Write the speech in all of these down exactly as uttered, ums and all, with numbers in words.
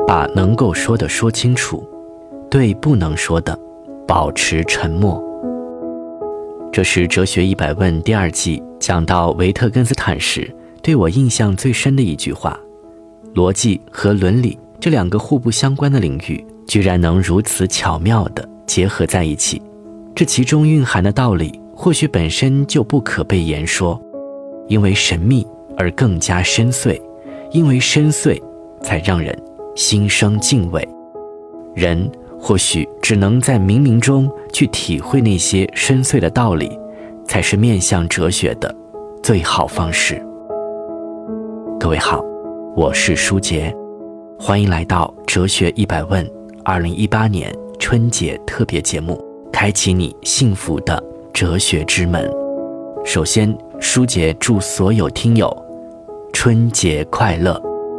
把能够说的说清楚，对不能说的保持沉默。这是哲学一百问第二季讲到维特根斯坦时对我印象最深的一句话：逻辑和伦理这两个互不相关的领域居然能如此巧妙地结合在一起，这其中蕴含的道理或许本身就不可被言说，因为神秘而更加深邃，因为深邃才让人心生敬畏。人或许只能在冥冥中去体会那些深邃的道理，才是面向哲学的最好方式。各位好，我是舒杰，欢迎来到哲学一百问二零一八年春节特别节目，开启你幸福的哲学之门。首先，舒杰祝所有听友春节快乐。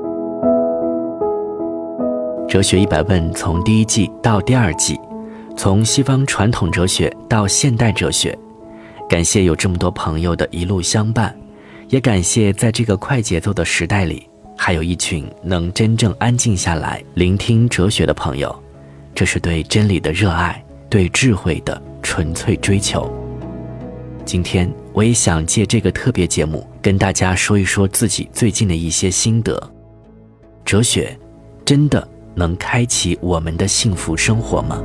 哲学一百问从第一季到第二季，从西方传统哲学到现代哲学，感谢有这么多朋友的一路相伴，也感谢在这个快节奏的时代里，还有一群能真正安静下来聆听哲学的朋友。这是对真理的热爱，对智慧的纯粹追求。今天我也想借这个特别节目跟大家说一说自己最近的一些心得。哲学真的能开启我们的幸福生活吗？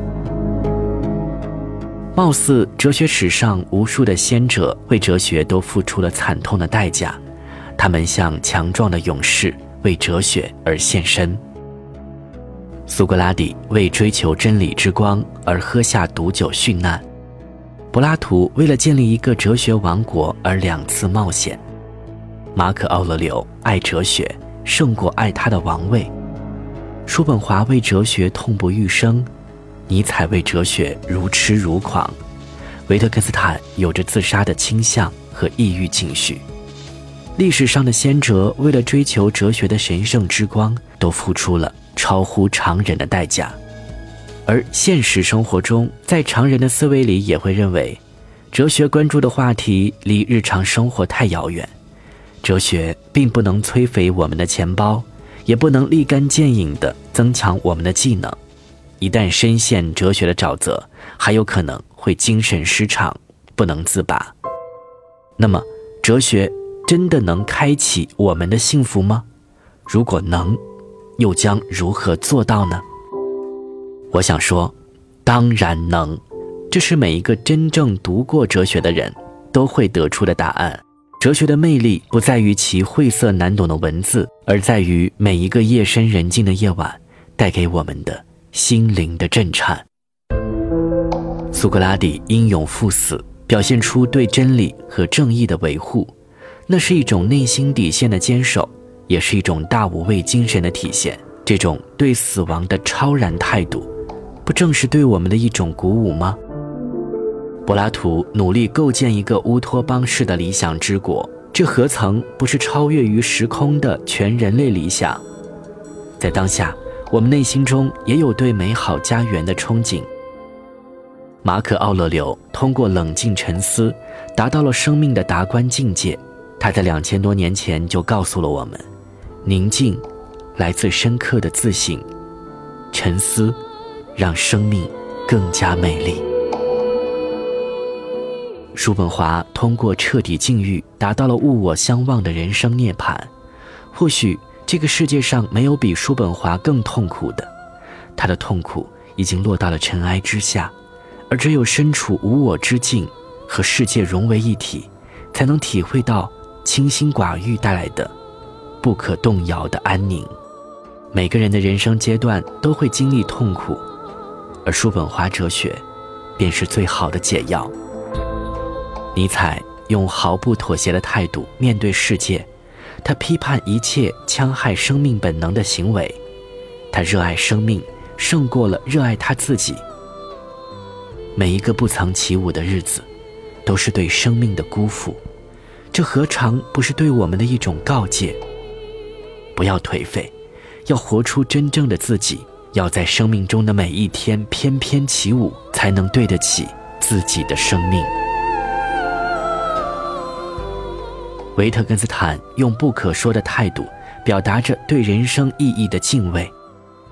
貌似哲学史上无数的先者为哲学都付出了惨痛的代价，他们像强壮的勇士为哲学而献身。苏格拉底为追求真理之光而喝下毒酒殉难，柏拉图为了建立一个哲学王国而两次冒险，马可·奥勒留爱哲学胜过爱他的王位，叔本华为哲学痛不欲生，尼采为哲学如痴如狂，维特根斯坦有着自杀的倾向和抑郁情绪。历史上的先哲为了追求哲学的神圣之光，都付出了超乎常人的代价。而现实生活中，在常人的思维里也会认为，哲学关注的话题离日常生活太遥远，哲学并不能摧毁我们的钱包，也不能立竿见影地增强我们的技能，一旦深陷哲学的沼泽，还有可能会精神失常，不能自拔。那么，哲学真的能开启我们的幸福吗？如果能，又将如何做到呢？我想说，当然能，这是每一个真正读过哲学的人都会得出的答案。哲学的魅力不在于其晦涩难懂的文字，而在于每一个夜深人静的夜晚带给我们的心灵的震颤。苏格拉底英勇赴死，表现出对真理和正义的维护，那是一种内心底线的坚守，也是一种大无畏精神的体现。这种对死亡的超然态度，不正是对我们的一种鼓舞吗？柏拉图努力构建一个乌托邦式的理想之国，这何曾不是超越于时空的全人类理想？在当下，我们内心中也有对美好家园的憧憬。马可·奥勒留通过冷静沉思，达到了生命的达观境界。他在两千多年前就告诉了我们，宁静来自深刻的自省，沉思让生命更加美丽。叔本华通过彻底禁欲达到了物我相忘的人生涅槃。或许这个世界上没有比叔本华更痛苦的，他的痛苦已经落到了尘埃之下，而只有身处无我之境，和世界融为一体，才能体会到清心寡欲带来的不可动摇的安宁。每个人的人生阶段都会经历痛苦，而叔本华哲学便是最好的解药。尼采用毫不妥协的态度面对世界，他批判一切戕害生命本能的行为，他热爱生命胜过了热爱他自己。每一个不曾起舞的日子，都是对生命的辜负，这何尝不是对我们的一种告诫？不要颓废，要活出真正的自己，要在生命中的每一天翩翩起舞，才能对得起自己的生命。维特根斯坦用不可说的态度表达着对人生意义的敬畏。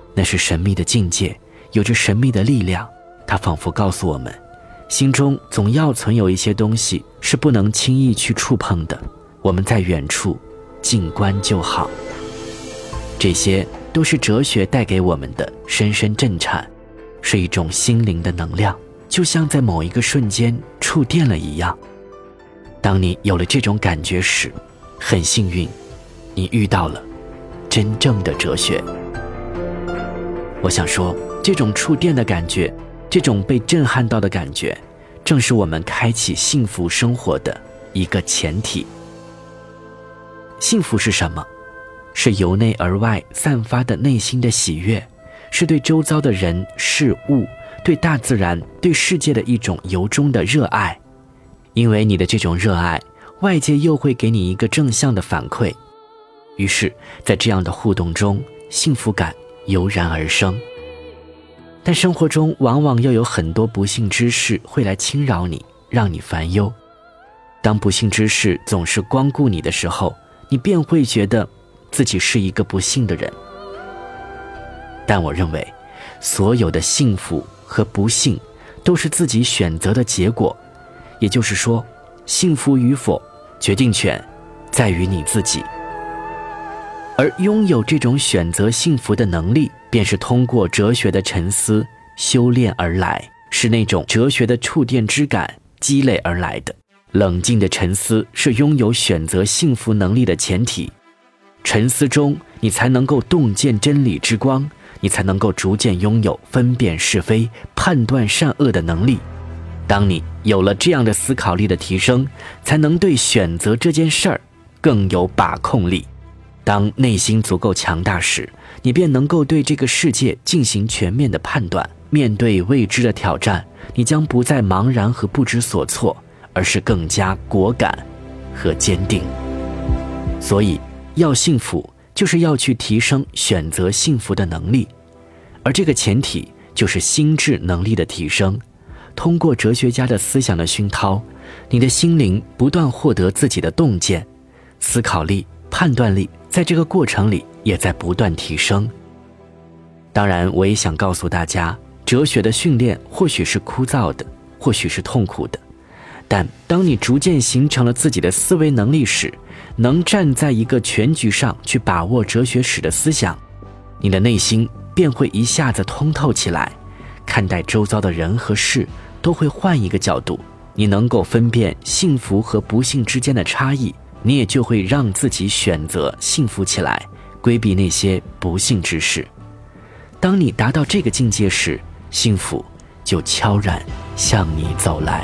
那是神秘的境界，有着神秘的力量。它仿佛告诉我们，心中总要存有一些东西是不能轻易去触碰的，我们在远处静观就好。这些都是哲学带给我们的深深震颤，是一种心灵的能量，就像在某一个瞬间触电了一样。当你有了这种感觉时，很幸运，你遇到了真正的哲学。我想说，这种触电的感觉，这种被震撼到的感觉，正是我们开启幸福生活的一个前提。幸福是什么？是由内而外散发的内心的喜悦，是对周遭的人事物，对大自然，对世界的一种由衷的热爱。因为你的这种热爱，外界又会给你一个正向的反馈，于是在这样的互动中，幸福感油然而生。但生活中往往又有很多不幸之事会来侵扰你，让你烦忧。当不幸之事总是光顾你的时候，你便会觉得自己是一个不幸的人。但我认为，所有的幸福和不幸都是自己选择的结果，也就是说，幸福与否，决定权在于你自己。而拥有这种选择幸福的能力，便是通过哲学的沉思修炼而来，是那种哲学的触电之感积累而来的。冷静的沉思是拥有选择幸福能力的前提，沉思中你才能够洞见真理之光，你才能够逐渐拥有分辨是非、判断善恶的能力。当你有了这样的思考力的提升，才能对选择这件事儿更有把控力。当内心足够强大时，你便能够对这个世界进行全面的判断。面对未知的挑战，你将不再茫然和不知所措，而是更加果敢和坚定。所以，要幸福，就是要去提升选择幸福的能力，而这个前提就是心智能力的提升。通过哲学家的思想的熏陶，你的心灵不断获得自己的洞见，思考力、判断力在这个过程里也在不断提升。当然，我也想告诉大家，哲学的训练或许是枯燥的，或许是痛苦的，但当你逐渐形成了自己的思维能力时，能站在一个全局上去把握哲学史的思想，你的内心便会一下子通透起来，看待周遭的人和事都会换一个角度，你能够分辨幸福和不幸之间的差异，你也就会让自己选择幸福起来，规避那些不幸之事。当你达到这个境界时，幸福就悄然向你走来。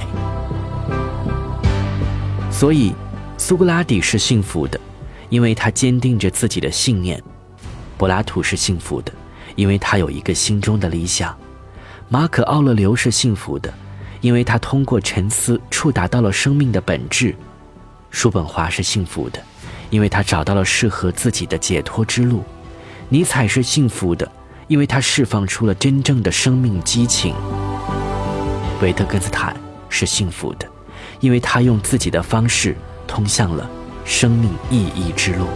所以苏格拉底是幸福的，因为他坚定着自己的信念；柏拉图是幸福的，因为他有一个心中的理想；马可·奥勒留是幸福的，因为他通过沉思触达到了生命的本质；叔本华是幸福的，因为他找到了适合自己的解脱之路；尼采是幸福的，因为他释放出了真正的生命激情；维特根斯坦是幸福的，因为他用自己的方式通向了生命意义之路。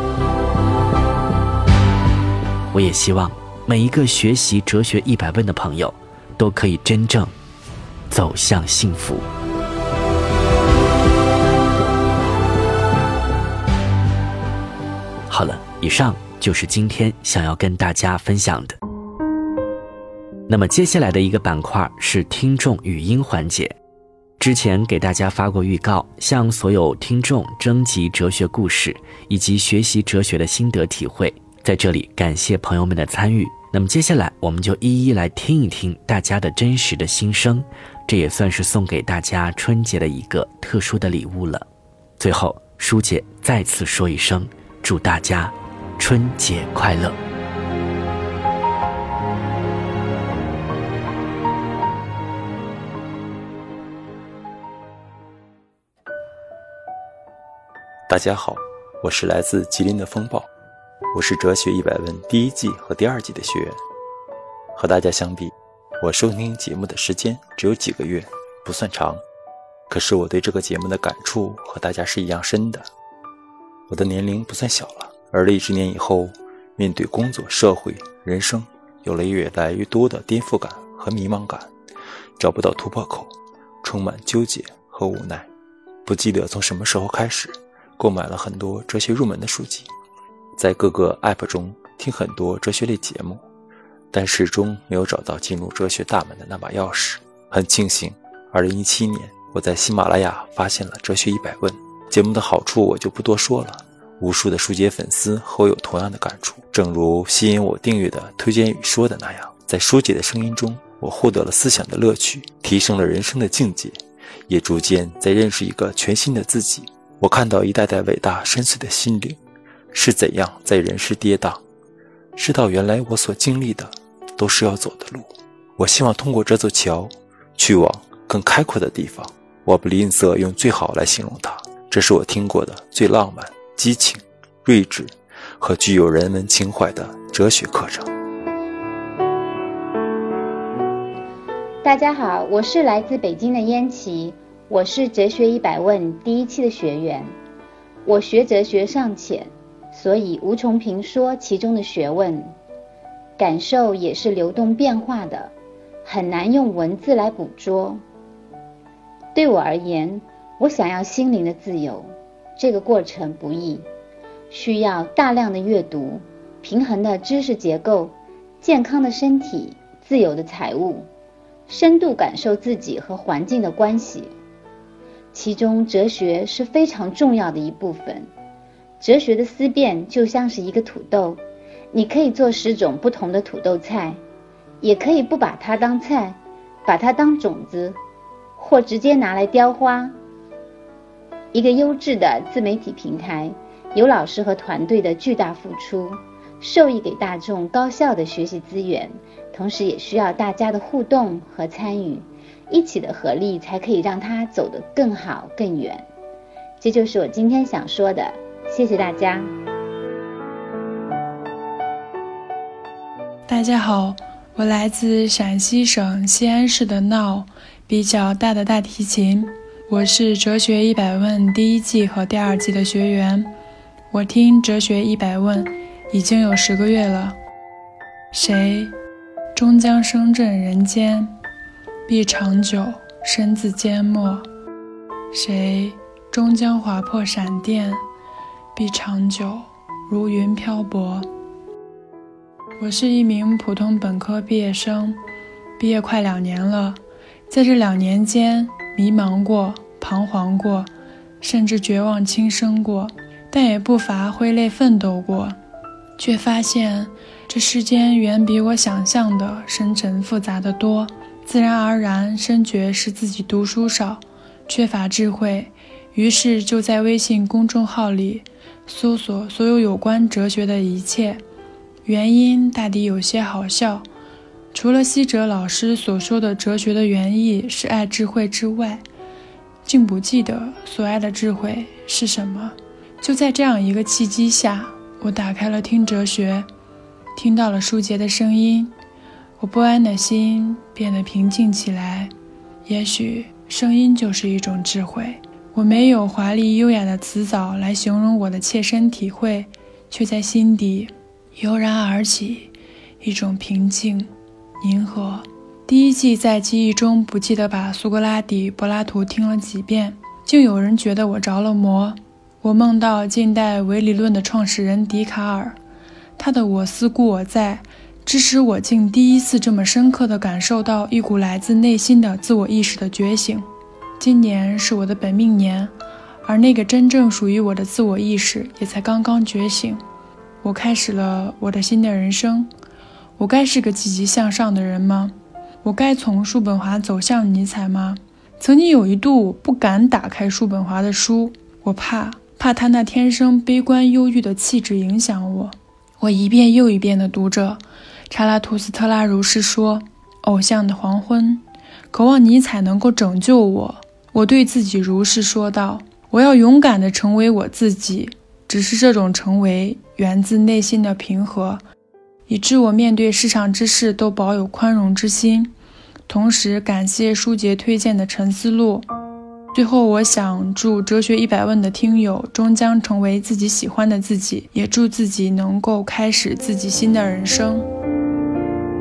我也希望每一个学习哲学一百问的朋友都可以真正走向幸福。好了，以上就是今天想要跟大家分享的。那么接下来的一个板块是听众语音环节。之前给大家发过预告，向所有听众征集哲学故事以及学习哲学的心得体会，在这里感谢朋友们的参与。那么接下来我们就一一来听一听大家的真实的心声，这也算是送给大家春节的一个特殊的礼物了。最后，舒姐再次说一声，祝大家春节快乐。 大家好，我是来自吉林的风暴，我是哲学一百问第一季和第二季的学员。和大家相比，我收听节目的时间只有几个月，不算长，可是我对这个节目的感触和大家是一样深的。我的年龄不算小了，而立之年以后，面对工作、社会、人生有了越来越多的颠覆感和迷茫感，找不到突破口，充满纠结和无奈。不记得从什么时候开始购买了很多哲学入门的书籍，在各个 app 中听很多哲学类节目，但始终没有找到进入哲学大门的那把钥匙。很庆幸二零一七年我在喜马拉雅发现了哲学一百问，节目的好处我就不多说了，无数的书姐粉丝和我有同样的感触。正如吸引我订阅的推荐语说的那样，在书姐的声音中，我获得了思想的乐趣，提升了人生的境界，也逐渐在认识一个全新的自己。我看到一代代伟大深邃的心灵是怎样在人世跌宕，知道原来我所经历的都是要走的路。我希望通过这座桥去往更开阔的地方，我不吝啬用最好来形容它。这是我听过的最浪漫、激情、睿智和具有人文情怀的哲学课程。 大家好，我是来自北京的燕琪，我是哲学一百问第一期的学员。我学哲学尚浅，所以无从评说其中的学问，感受也是流动变化的，很难用文字来捕捉。对我而言，我想要心灵的自由，这个过程不易，需要大量的阅读，平衡的知识结构，健康的身体，自由的财务，深度感受自己和环境的关系。其中哲学是非常重要的一部分。哲学的思辨就像是一个土豆，你可以做十种不同的土豆菜，也可以不把它当菜，把它当种子，或直接拿来雕花。一个优质的自媒体平台，有老师和团队的巨大付出，授予给大众高效的学习资源，同时也需要大家的互动和参与，一起的合力才可以让它走得更好更远。这就是我今天想说的，谢谢大家。 大家好，我来自陕西省西安市的闹比较大的大提琴，我是哲学一百问第一季和第二季的学员。我听哲学一百问已经有十个月了。谁终将声震人间，必长久身自缄默。谁终将划破闪电，必长久如云漂泊。我是一名普通本科毕业生，毕业快两年了。在这两年间，迷茫过，彷徨过，甚至绝望轻生过，但也不乏挥泪奋斗过，却发现这世间远比我想象的深沉复杂的多。自然而然深觉是自己读书少，缺乏智慧，于是就在微信公众号里搜索所有有关哲学的一切。原因大抵有些好笑，除了西哲老师所说的哲学的原意是爱智慧之外，竟不记得所爱的智慧是什么。就在这样一个契机下，我打开了听哲学，听到了舒洁的声音，我不安的心变得平静起来。也许声音就是一种智慧。我没有华丽优雅的词藻来形容我的切身体会，却在心底油然而起一种平静宁和。第一季在记忆中不记得把苏格拉底、柏拉图听了几遍，竟有人觉得我着了魔。我梦到近代唯理论的创始人笛卡尔，他的我思故我在，致使我竟第一次这么深刻地感受到一股来自内心的自我意识的觉醒。今年是我的本命年，而那个真正属于我的自我意识也才刚刚觉醒。我开始了我的新的人生。我该是个积极向上的人吗？我该从叔本华走向尼采吗？曾经有一度我不敢打开叔本华的书，我怕怕他那天生悲观忧郁的气质影响我。我一遍又一遍地读着查拉图斯特拉如是说，偶像的黄昏，渴望尼采能够拯救我。我对自己如是说道，我要勇敢地成为我自己，只是这种成为源自内心的平和，以致我面对世上之事都保有宽容之心。同时感谢舒洁推荐的沉思录。最后我想祝哲学一百问的听友终将成为自己喜欢的自己，也祝自己能够开始自己新的人生。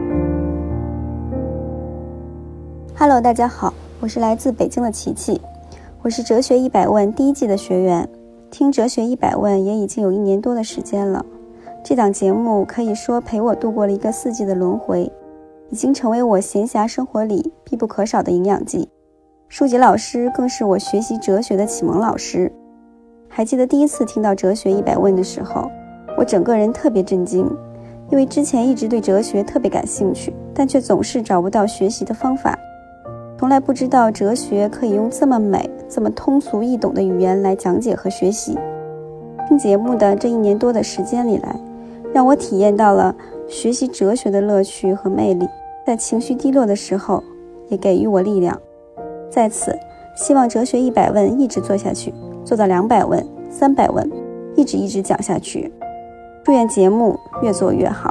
Hello， 大家好，我是来自北京的琪琪，我是哲学一百问第一季的学员，听哲学一百问也已经有一年多的时间了。这档节目可以说陪我度过了一个四季的轮回，已经成为我闲暇生活里必不可少的营养剂。舒杰老师更是我学习哲学的启蒙老师。还记得第一次听到哲学一百问的时候，我整个人特别震惊，因为之前一直对哲学特别感兴趣，但却总是找不到学习的方法，从来不知道哲学可以用这么美、这么通俗易懂的语言来讲解和学习。听节目的这一年多的时间里来，让我体验到了学习哲学的乐趣和魅力，在情绪低落的时候也给予我力量。在此，希望哲学一百问一直做下去，做到两百问、三百问，一直一直讲下去。祝愿节目越做越好。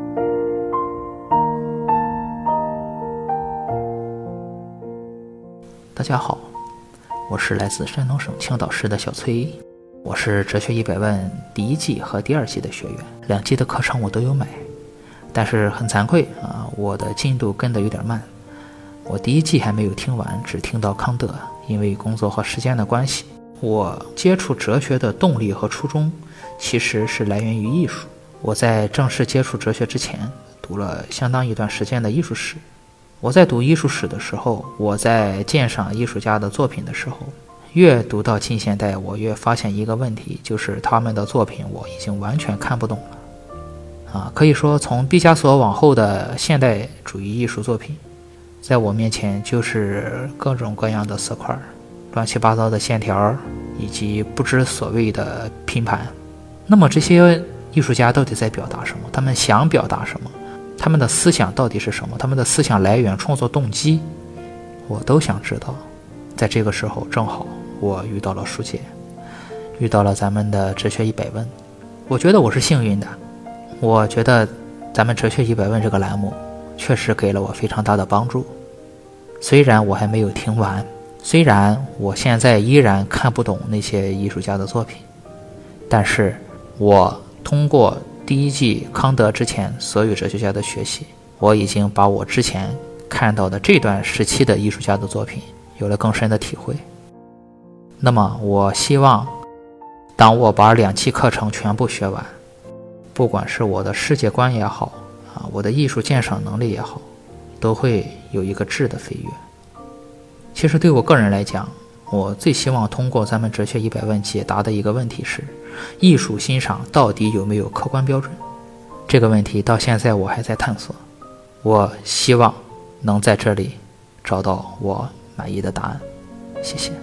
大家好，我是来自山东省青岛市的小崔，我是哲学一百问第一季和第二季的学员，两季的课程我都有买，但是很惭愧啊，我的进度跟得有点慢。我第一季还没有听完，只听到康德，因为工作和时间的关系。我接触哲学的动力和初衷其实是来源于艺术。我在正式接触哲学之前读了相当一段时间的艺术史。我在读艺术史的时候，我在鉴赏艺术家的作品的时候，越读到近现代，我越发现一个问题，就是他们的作品我已经完全看不懂了啊，可以说从毕加索往后的现代主义艺术作品，在我面前就是各种各样的色块、乱七八糟的线条以及不知所谓的拼盘。那么这些艺术家到底在表达什么？他们想表达什么？他们的思想到底是什么？他们的思想来源、创作动机，我都想知道。在这个时候，正好我遇到了舒杰，遇到了咱们的哲学一百问。我觉得我是幸运的，我觉得咱们哲学一百问这个栏目确实给了我非常大的帮助。虽然我还没有听完，虽然我现在依然看不懂那些艺术家的作品，但是我通过第一季康德之前所有哲学家的学习，我已经把我之前看到的这段时期的艺术家的作品有了更深的体会。那么我希望当我把两期课程全部学完，不管是我的世界观也好啊，我的艺术鉴赏能力也好，都会有一个质的飞跃。其实对我个人来讲，我最希望通过咱们哲学一百问解答的一个问题是，艺术欣赏到底有没有客观标准？这个问题到现在我还在探索，我希望能在这里找到我满意的答案。谢谢。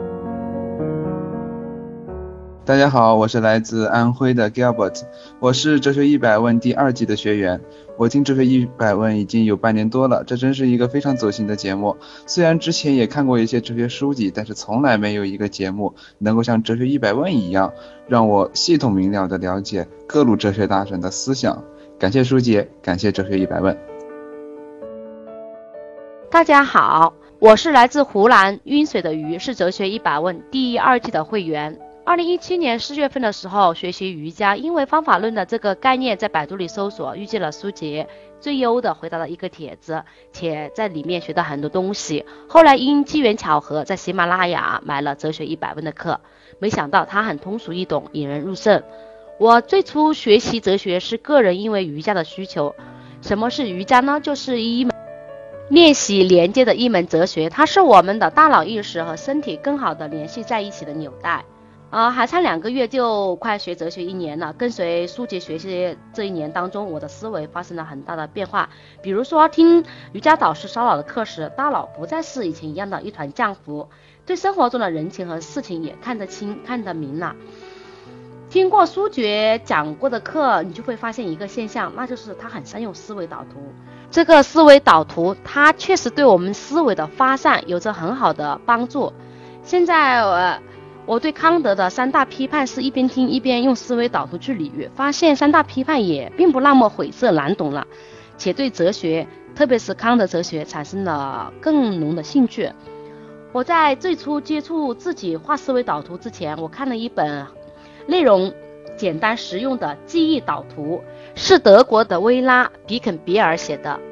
大家好，我是来自安徽的 Gilbert， 我是哲学一百问第二季的学员。我听哲学一百问已经有半年多了，这真是一个非常走心的节目。虽然之前也看过一些哲学书籍，但是从来没有一个节目能够像哲学一百问一样，让我系统明了地了解各路哲学大神的思想。感谢书杰，感谢哲学一百问。 大家好，我是来自湖南晕水的鱼，是哲学一百问第二季的会员。二零一七年四月份的时候学习瑜伽，因为方法论的这个概念在百度里搜索，遇见了苏杰，最优的回答了一个帖子，且在里面学到很多东西。后来因机缘巧合在喜马拉雅买了哲学一百问的课，没想到它很通俗易懂，引人入胜。我最初学习哲学是个人因为瑜伽的需求。什么是瑜伽呢？就是一门练习连接的一门哲学，它是我们的大脑意识和身体更好的联系在一起的纽带。呃，还差两个月就快学哲学一年了。跟随舒杰学习这一年当中，我的思维发生了很大的变化。比如说，听瑜伽导师烧脑的课时，大脑不再是以前一样的一团浆糊，对生活中的人情和事情也看得清、看得明了。听过舒杰讲过的课，你就会发现一个现象，那就是他很善用思维导图。这个思维导图，它确实对我们思维的发散有着很好的帮助。现在呃。我对康德的三大批判是一边听一边用思维导图去理喻，发现三大批判也并不那么晦涩难懂了，且对哲学，特别是康德哲学产生了更浓的兴趣。我在最初接触自己画思维导图之前，我看了一本内容简单实用的记忆导图，是德国的薇拉·比肯比尔写的。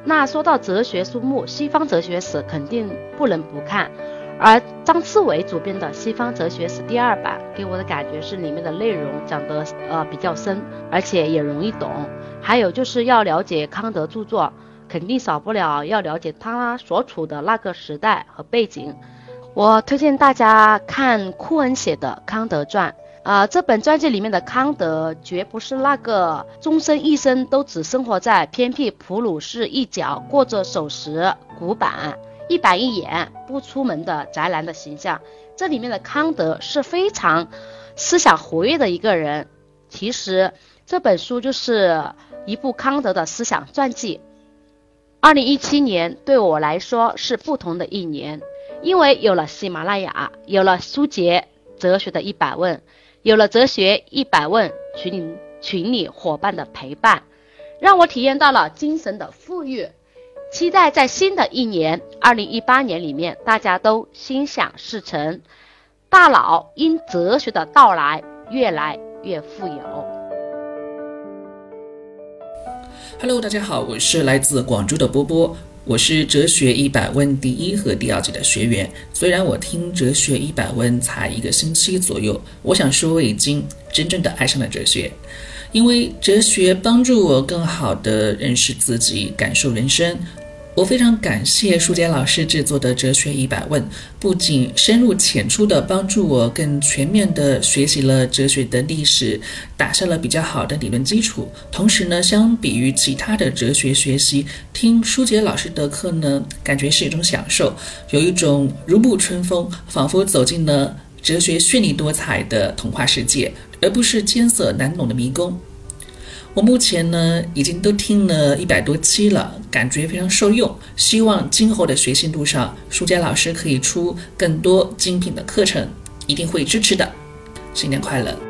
那说到哲学书目，西方哲学史肯定不能不看，而张次伟主编的《西方哲学史》第二版，给我的感觉是里面的内容讲得呃比较深，而且也容易懂。还有就是要了解康德著作，肯定少不了要了解他所处的那个时代和背景。我推荐大家看库恩写的《康德传》。呃，这本传记里面的康德绝不是那个终身一生都只生活在偏僻普鲁士一角，过着守时、古板、一板一眼、不出门的宅男的形象。这里面的康德是非常思想活跃的一个人。其实这本书就是一部康德的思想传记。二零一七年对我来说是不同的一年，因为有了喜马拉雅，有了书杰哲学的一百问，有了哲学一百问群里群里伙伴的陪伴，让我体验到了精神的富裕。期待在新的一年二零一八年里面，大家都心想事成，大脑因哲学的到来越来越富有。 Hello， 大家好，我是来自广州的波波，我是哲学一百问第一和第二季的学员。虽然我听哲学一百问才一个星期左右，我想说我已经真正的爱上了哲学，因为哲学帮助我更好的认识自己，感受人生。我非常感谢舒杰老师制作的哲学一百问，不仅深入浅出的帮助我更全面的学习了哲学的历史，打下了比较好的理论基础，同时呢，相比于其他的哲学学习，听舒杰老师的课呢，感觉是一种享受，有一种如沐春风，仿佛走进了哲学绚丽多彩的童话世界，而不是艰涩难懂的迷宫。我目前呢已经都听了一百多期了，感觉非常受用，希望今后的学习路上，舒杰老师可以出更多精品的课程，一定会支持的。新年快乐！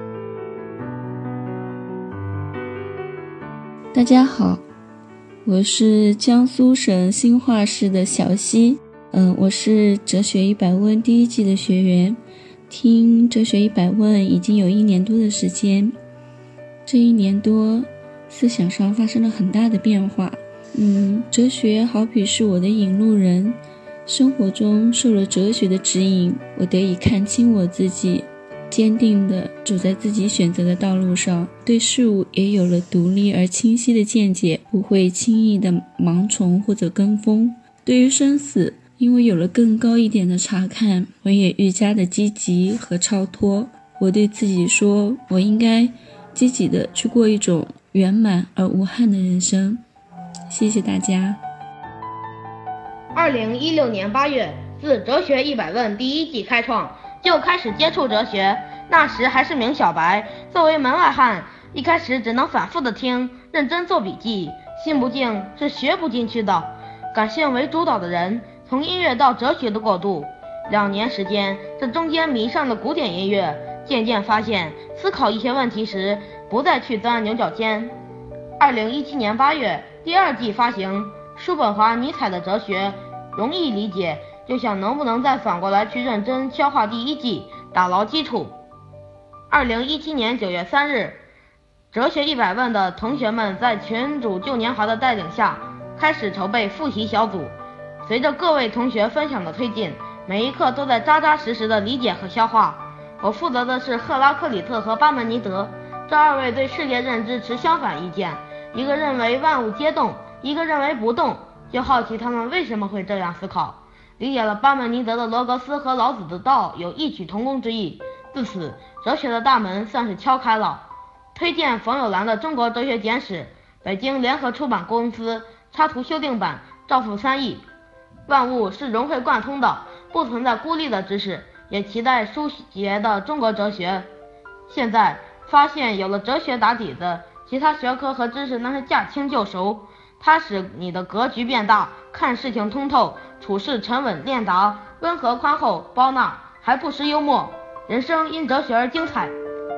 大家好，我是江苏省新化市的小溪，嗯，我是哲学一百问第一季的学员，听哲学一百问已经有一年多的时间。这一年多，思想上发生了很大的变化。嗯，哲学好比是我的引路人，生活中受了哲学的指引，我得以看清我自己，坚定地走在自己选择的道路上，对事物也有了独立而清晰的见解，不会轻易的盲从或者跟风。对于生死，因为有了更高一点的查看，我也愈加的积极和超脱。我对自己说，我应该积极的去过一种圆满而无憾的人生。谢谢大家。 二零一六年八月，自哲学一百问第一季开创，就开始接触哲学。那时还是名小白，作为门外汉，一开始只能反复的听，认真做笔记，心不静是学不进去的。感性为主导的人，从音乐到哲学的过渡，两年时间，这中间迷上了古典音乐，渐渐发现思考一些问题时不再去钻牛角尖。二零一七年八月，第二季发行，叔本华、尼采的哲学容易理解，就想能不能再反过来去认真消化第一季，打牢基础。二零一七年九月三日，哲学一百问的同学们在群主旧年华的带领下，开始筹备复习小组。随着各位同学分享的推进，每一课都在扎扎实实的理解和消化。我负责的是赫拉克里特和巴门尼德，这二位对世界认知持相反意见，一个认为万物皆动，一个认为不动，就好奇他们为什么会这样思考。理解了巴门尼德的罗格斯和老子的道有异曲同工之意，自此哲学的大门算是敲开了。推荐冯友兰的《中国哲学简史》，北京联合出版公司插图修订版，照付三亿。万物是融会贯通的，不存在孤立的知识，也期待书写的中国哲学。现在发现有了哲学打底子，其他学科和知识那是驾轻就熟，它使你的格局变大，看事情通透，处事沉稳练达，温和宽厚包纳，还不失幽默，人生因哲学而精彩。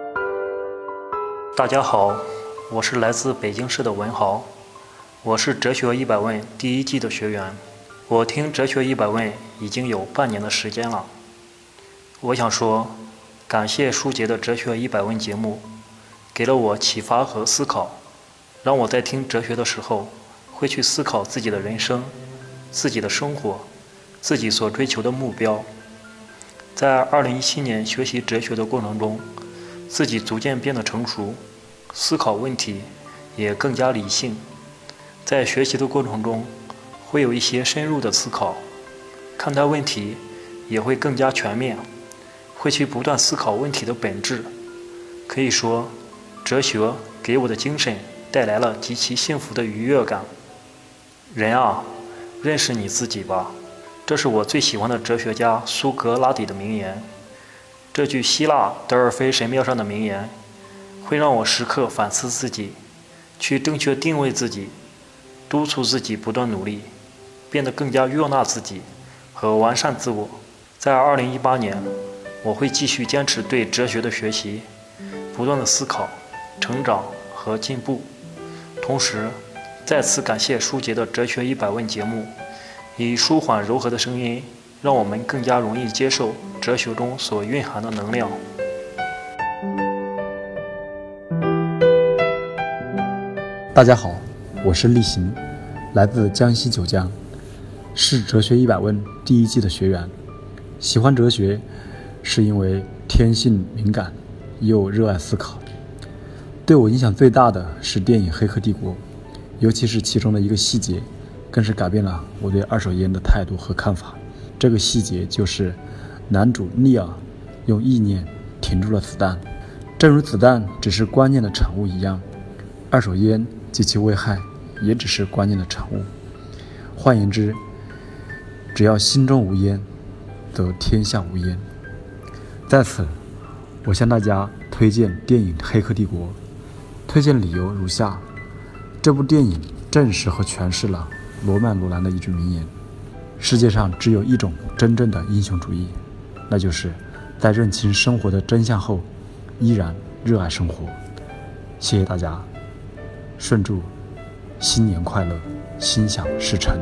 大家好，我是来自北京市的文豪，我是哲学一百问第一季的学员，我听哲学一百问已经有半年的时间了。我想说，感谢舒杰的哲学一百问节目，给了我启发和思考，让我在听哲学的时候会去思考自己的人生、自己的生活、自己所追求的目标。在二零一七年学习哲学的过程中，自己逐渐变得成熟，思考问题也更加理性。在学习的过程中，会有一些深入的思考，看待问题也会更加全面，会去不断思考问题的本质。可以说，哲学给我的精神带来了极其幸福的愉悦感。人啊，认识你自己吧，这是我最喜欢的哲学家苏格拉底的名言。这句希腊德尔菲神庙上的名言，会让我时刻反思自己，去正确定位自己，督促自己不断努力，变得更加悦纳自己和完善自我。在二零一八年，我会继续坚持对哲学的学习，不断的思考、成长和进步。同时，再次感谢舒杰的哲学一百问节目，以舒缓柔和的声音，让我们更加容易接受哲学中所蕴含的能量。 大家好，我是厉行，来自江西九江，是哲学一百问第一季的学员。喜欢哲学，是因为天性敏感，又热爱思考。对我影响最大的是电影《黑客帝国》，尤其是其中的一个细节，更是改变了我对二手烟的态度和看法。这个细节就是男主利尔用意念停住了子弹，正如子弹只是观念的产物一样，二手烟及其危害也只是观念的产物。换言之，只要心中无烟，则天下无烟。在此，我向大家推荐电影《黑客帝国》，推荐理由如下：这部电影证实和诠释了罗曼·罗兰的一句名言：世界上只有一种真正的英雄主义，那就是在认清生活的真相后，依然热爱生活。谢谢大家，顺祝新年快乐，心想事成。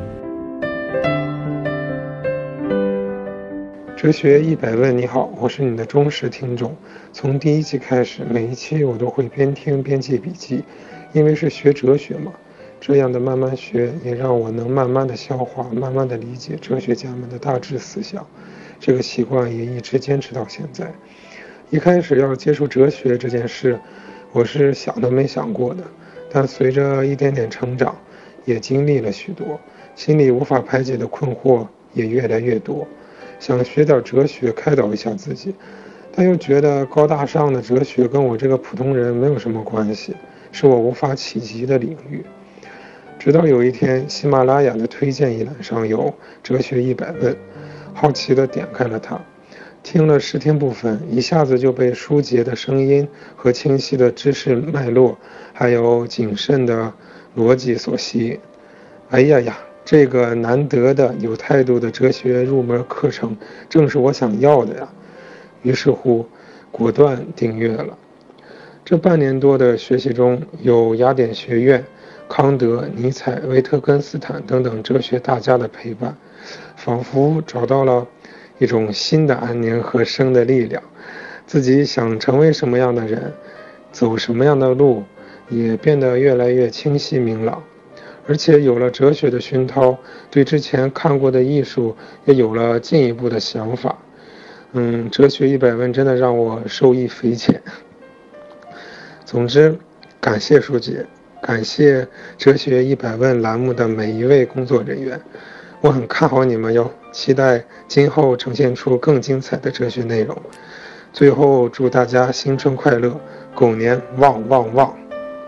哲学一百问，你好，我是你的忠实听众。从第一期开始，每一期我都会边听边记笔记，因为是学哲学嘛，这样的慢慢学也让我能慢慢的消化，慢慢的理解哲学家们的大致思想。这个习惯也一直坚持到现在。一开始要接触哲学这件事，我是想都没想过的，但随着一点点成长，也经历了许多，心里无法排解的困惑也越来越多。想学点哲学开导一下自己，但又觉得高大上的哲学跟我这个普通人没有什么关系，是我无法企及的领域。直到有一天，喜马拉雅的推荐一栏上有哲学一百问，好奇地点开了它，听了试听部分，一下子就被舒杰的声音和清晰的知识脉络，还有谨慎的逻辑所吸引。哎呀呀，这个难得的有态度的哲学入门课程，正是我想要的呀！于是乎，果断订阅了。这半年多的学习中，有雅典学院、康德、尼采、维特根斯坦等等哲学大家的陪伴，仿佛找到了一种新的安宁和生的力量。自己想成为什么样的人，走什么样的路，也变得越来越清晰明朗。而且有了哲学的熏陶，对之前看过的艺术也有了进一步的想法。嗯，哲学一百问真的让我受益匪浅。总之，感谢舒姐，感谢哲学一百问栏目的每一位工作人员，我很看好你们哟，期待今后呈现出更精彩的哲学内容。最后祝大家新春快乐，狗年旺旺旺！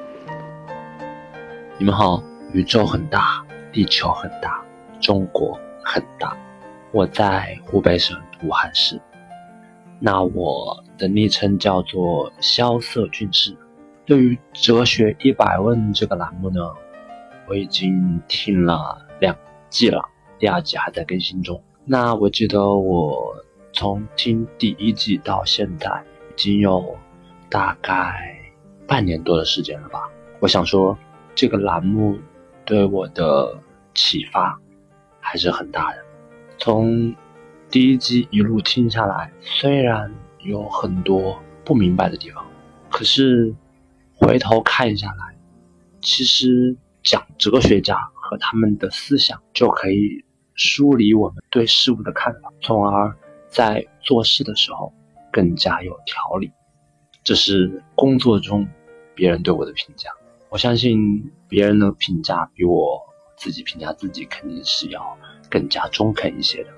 你们好。宇宙很大，地球很大，中国很大。我在湖北省武汉市，那我的昵称叫做萧瑟俊士。对于哲学一百问这个栏目呢，我已经听了两季了，第二季还在更新中。那我记得我从听第一季到现在已经有大概半年多的时间了吧。我想说这个栏目对我的启发还是很大的。从第一季一路听下来，虽然有很多不明白的地方，可是回头看下来，其实讲哲学家和他们的思想，就可以梳理我们对事物的看法，从而在做事的时候更加有条理。这是工作中别人对我的评价，我相信别人的评价比我自己评价自己肯定是要更加中肯一些的。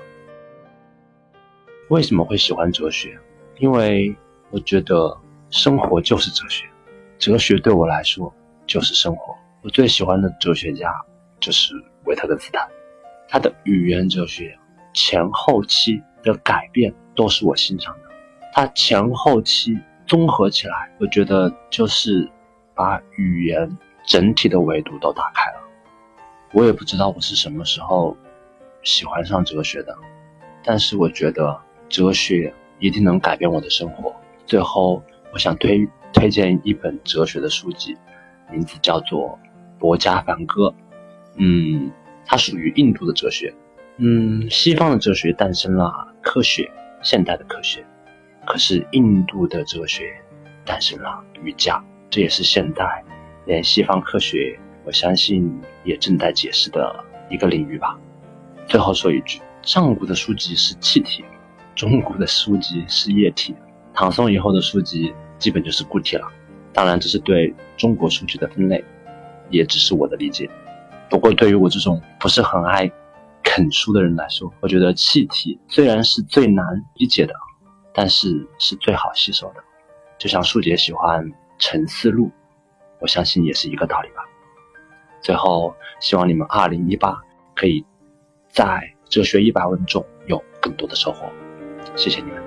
为什么会喜欢哲学？因为我觉得生活就是哲学，哲学对我来说就是生活。我最喜欢的哲学家就是维特根斯坦，他的语言哲学前后期的改变都是我欣赏的。他前后期综合起来，我觉得就是把语言整体的维度都打开了。我也不知道我是什么时候喜欢上哲学的，但是我觉得哲学一定能改变我的生活。最后我想推推荐一本哲学的书籍，名字叫做博家梵歌。嗯，它属于印度的哲学。嗯，西方的哲学诞生了科学，现代的科学，可是印度的哲学诞生了瑜伽，这也是现代连西方科学我相信也正在解释的一个领域吧。最后说一句，上古的书籍是气体，中古的书籍是液体，唐宋以后的书籍基本就是固体了。当然这是对中国书籍的分类，也只是我的理解。不过对于我这种不是很爱啃书的人来说，我觉得气体虽然是最难理解的，但是是最好吸收的。就像舒杰喜欢沉思录，我相信也是一个道理吧。最后希望你们二零一八可以在哲学一百问中有更多的收获，谢谢你们。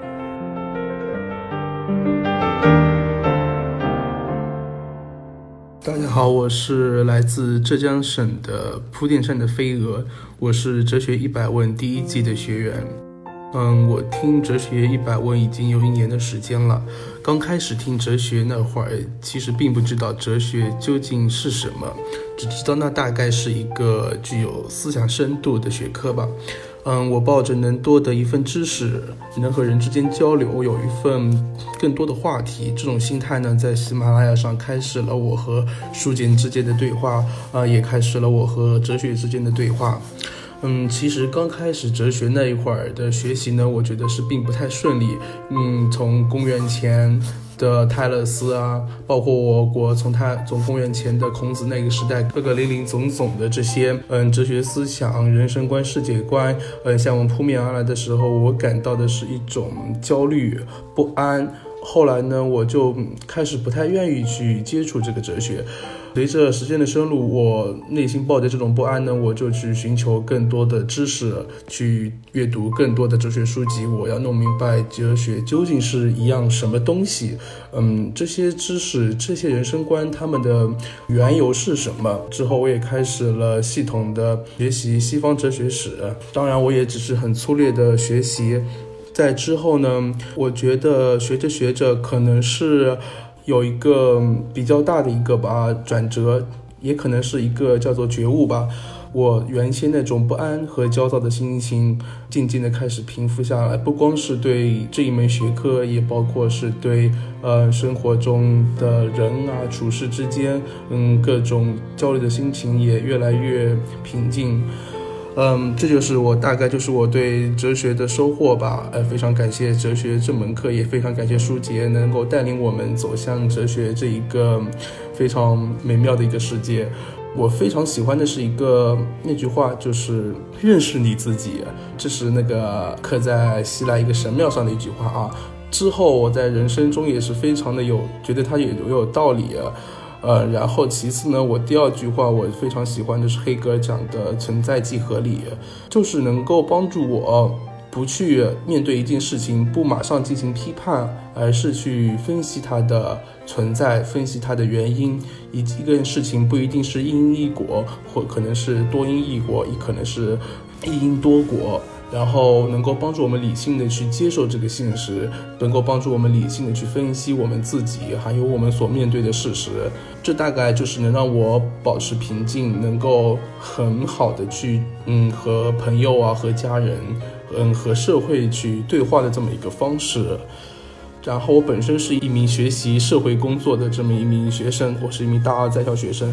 大家好，我是来自浙江省的铺垫上的飞蛾，我是哲学一百问第一季的学员。嗯，我听哲学一百问已经有一年的时间了。刚开始听哲学那会儿，其实并不知道哲学究竟是什么，只知道那大概是一个具有思想深度的学科吧。嗯，我抱着能多得一份知识，能和人之间交流，有一份更多的话题，这种心态呢，在喜马拉雅上开始了我和书简之间的对话，啊、呃，也开始了我和哲学之间的对话。嗯，其实刚开始哲学那一会儿的学习呢，我觉得是并不太顺利。嗯，从公元前的泰勒斯啊，包括我国从他从公元前的孔子那个时代，各个零零总总的这些嗯哲学思想、人生观、世界观，嗯向我扑面而来的时候，我感到的是一种焦虑、不安。后来呢，我就开始不太愿意去接触这个哲学。随着时间的深入，我内心抱着这种不安呢，我就去寻求更多的知识，去阅读更多的哲学书籍。我要弄明白哲学究竟是一样什么东西，嗯，这些知识、这些人生观，他们的缘由是什么？之后我也开始了系统的学习西方哲学史，当然我也只是很粗略的学习。在之后呢，我觉得学着学着可能是有一个比较大的一个吧转折，也可能是一个叫做觉悟吧。我原先那种不安和焦躁的心情渐渐的开始平复下来，不光是对这一门学科，也包括是对呃生活中的人啊处事之间，嗯各种焦虑的心情也越来越平静。嗯，这就是我大概就是我对哲学的收获吧。呃，非常感谢哲学这门课，也非常感谢舒杰能够带领我们走向哲学这一个非常美妙的一个世界。我非常喜欢的是一个那句话，就是认识你自己，这是那个刻在西来一个神庙上的一句话啊。之后我在人生中也是非常的有觉得它也有有道理啊。呃，然后其次呢，我第二句话我非常喜欢的是黑格尔讲的存在即合理，就是能够帮助我不去面对一件事情不马上进行批判，而是去分析它的存在，分析它的原因。一个事情不一定是因因一果，或可能是多因一果，也可能是一因多果，然后能够帮助我们理性的去接受这个现实，能够帮助我们理性的去分析我们自己还有我们所面对的事实。这大概就是能让我保持平静，能够很好的去嗯和朋友啊和家人嗯和社会去对话的这么一个方式。然后我本身是一名学习社会工作的这么一名学生，我是一名大二在校学生。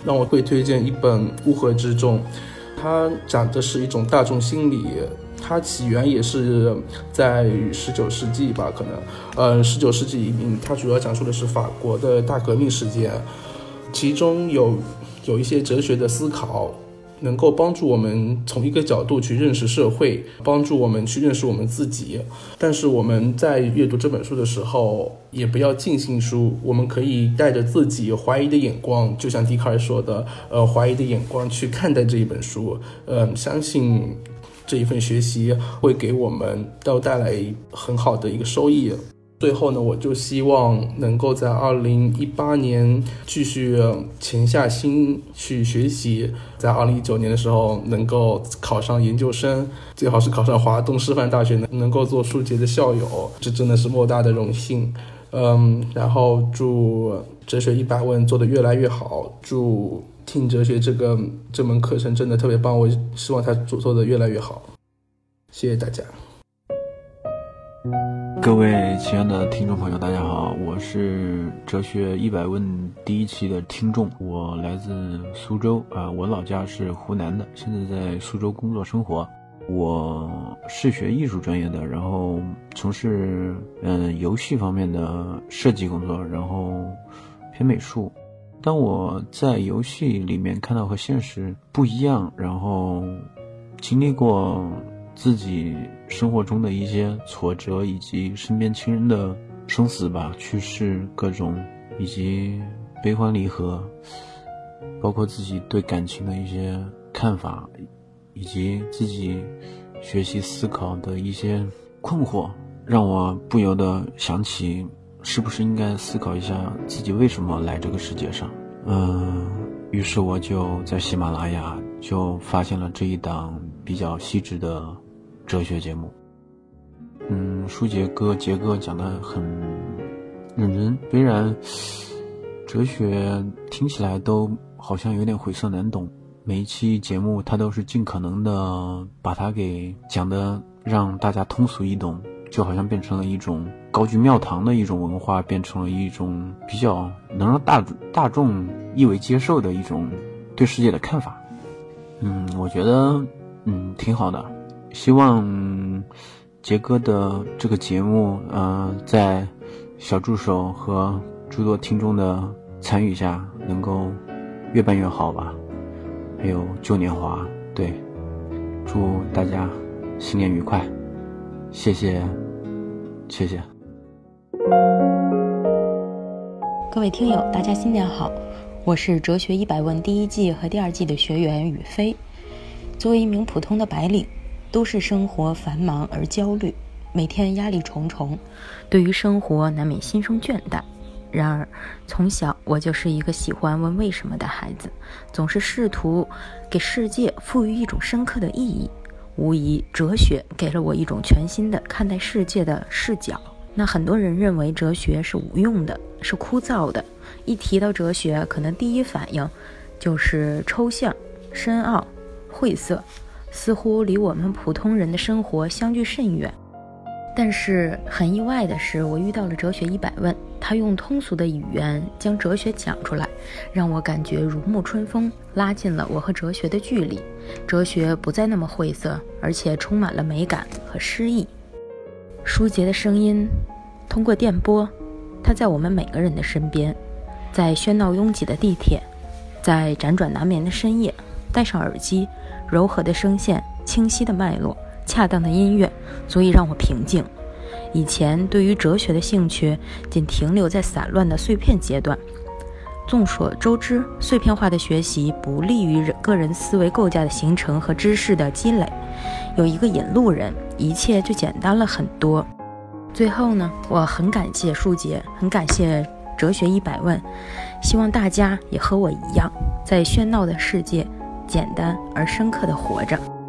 让我会推荐一本《乌合之众》，它讲的是一种大众心理，它起源也是在十九世纪吧，可能，呃，十九世纪，它主要讲述的是法国的大革命事件，其中有有一些哲学的思考，能够帮助我们从一个角度去认识社会，帮助我们去认识我们自己。但是我们在阅读这本书的时候，也不要尽信书，我们可以带着自己怀疑的眼光，就像笛卡尔说的，呃，怀疑的眼光去看待这一本书，呃，相信这一份学习会给我们都带来很好的一个收益。最后呢，我就希望能够在二零一八年继续潜下心去学习，在二零一九年的时候能够考上研究生，最好是考上华东师范大学，能够做书杰的校友，这真的是莫大的荣幸。嗯，然后祝哲学一百问做得越来越好，祝听哲学这个这门课程真的特别棒，我希望它做得越来越好。谢谢大家。 各位亲爱的听众朋友，大家好，我是哲学一百问第一期的听众，我来自苏州啊、呃，我老家是湖南的，现在在苏州工作生活。我是学艺术专业的，然后从事嗯、呃、游戏方面的设计工作，然后偏美术。当我在游戏里面看到和现实不一样，然后经历过自己生活中的一些挫折，以及身边亲人的生死吧、去世各种，以及悲欢离合，包括自己对感情的一些看法，以及自己学习思考的一些困惑，让我不由得想起是不是应该思考一下自己为什么来这个世界上。嗯，于是我就在喜马拉雅就发现了这一档比较细致的哲学节目。嗯，舒杰哥杰哥讲得很认真，虽然哲学听起来都好像有点晦涩难懂，每一期节目他都是尽可能的把它给讲的让大家通俗易懂，就好像变成了一种高居庙堂的一种文化，变成了一种比较能让大大众易为接受的一种对世界的看法。嗯，我觉得嗯挺好的，希望杰哥的这个节目呃在小助手和诸多听众的参与下能够越办越好吧。还有旧年华，对，祝大家新年愉快，谢谢谢谢。 各位听友大家新年好，我是哲学一百问第一季和第二季的学员宇飞。作为一名普通的白领，都市生活繁忙而焦虑，每天压力重重，对于生活难免心生倦怠。然而从小我就是一个喜欢问为什么的孩子，总是试图给世界赋予一种深刻的意义。无疑哲学给了我一种全新的看待世界的视角。那很多人认为哲学是无用的，是枯燥的，一提到哲学可能第一反应就是抽象、深奥、晦涩，似乎离我们普通人的生活相距甚远。但是很意外的是，我遇到了哲学一百问，他用通俗的语言将哲学讲出来，让我感觉如沐春风，拉近了我和哲学的距离。哲学不再那么晦涩，而且充满了美感和诗意。舒杰的声音通过电波，他在我们每个人的身边，在喧闹拥挤的地铁，在辗转难眠的深夜，戴上耳机，柔和的声线，清晰的脉络，恰当的音乐，足以让我平静。以前对于哲学的兴趣仅停留在散乱的碎片阶段。众所周知，碎片化的学习不利于个人思维构架的形成和知识的积累。有一个引路人，一切就简单了很多。最后呢，我很感谢舒杰，很感谢哲学一百问，希望大家也和我一样，在喧闹的世界简单而深刻地活着。